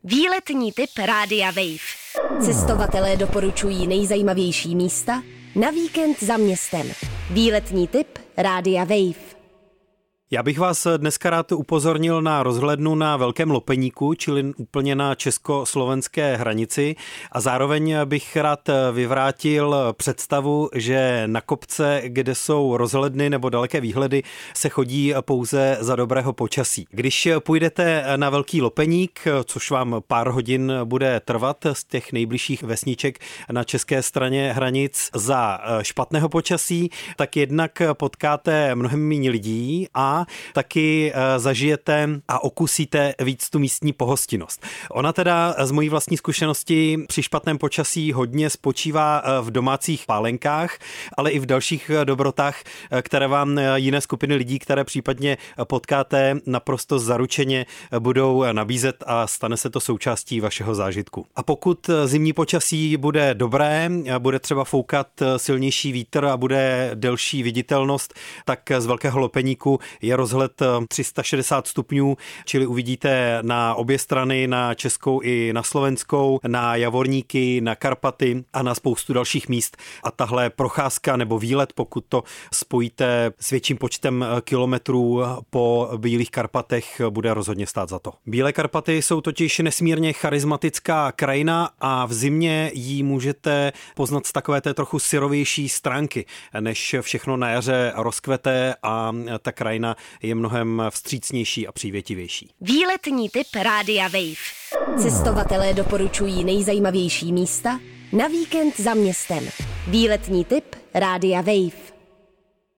Výletní tip Rádia Wave. Cestovatelé doporučují nejzajímavější místa na víkend za městem. Výletní tip Rádia Wave. Já bych vás dneska rád upozornil na rozhlednu na Velkém Lopeníku, čili úplně na česko-slovenské hranici, a zároveň bych rád vyvrátil představu, že na kopce, kde jsou rozhledny nebo daleké výhledy, se chodí pouze za dobrého počasí. Když půjdete na Velký Lopeník, což vám pár hodin bude trvat z těch nejbližších vesniček na české straně hranic za špatného počasí, tak jednak potkáte mnohem méně lidí a taky zažijete a okusíte víc tu místní pohostinnost. Ona teda z mojí vlastní zkušenosti při špatném počasí hodně spočívá v domácích pálenkách, ale i v dalších dobrotách, které vám jiné skupiny lidí, které případně potkáte, naprosto zaručeně budou nabízet a stane se to součástí vašeho zážitku. A pokud zimní počasí bude dobré, bude třeba foukat silnější vítr a bude delší viditelnost, tak z Velkého Lopeníku je rozhled 360 stupňů, čili uvidíte na obě strany, na českou i na slovenskou, na Javorníky, na Karpaty a na spoustu dalších míst. A tahle procházka nebo výlet, pokud to spojíte s větším počtem kilometrů po Bílých Karpatech, bude rozhodně stát za to. Bílé Karpaty jsou totiž nesmírně charismatická krajina a v zimě ji můžete poznat z takové té trochu syrovější stránky, než všechno na jaře rozkvete a ta krajina je mnohem vstřícnější a přívětivější. Výletní tip Rádia Wave. Cestovatelé doporučují nejzajímavější místa na víkend za městem. Výletní tip Rádia Wave.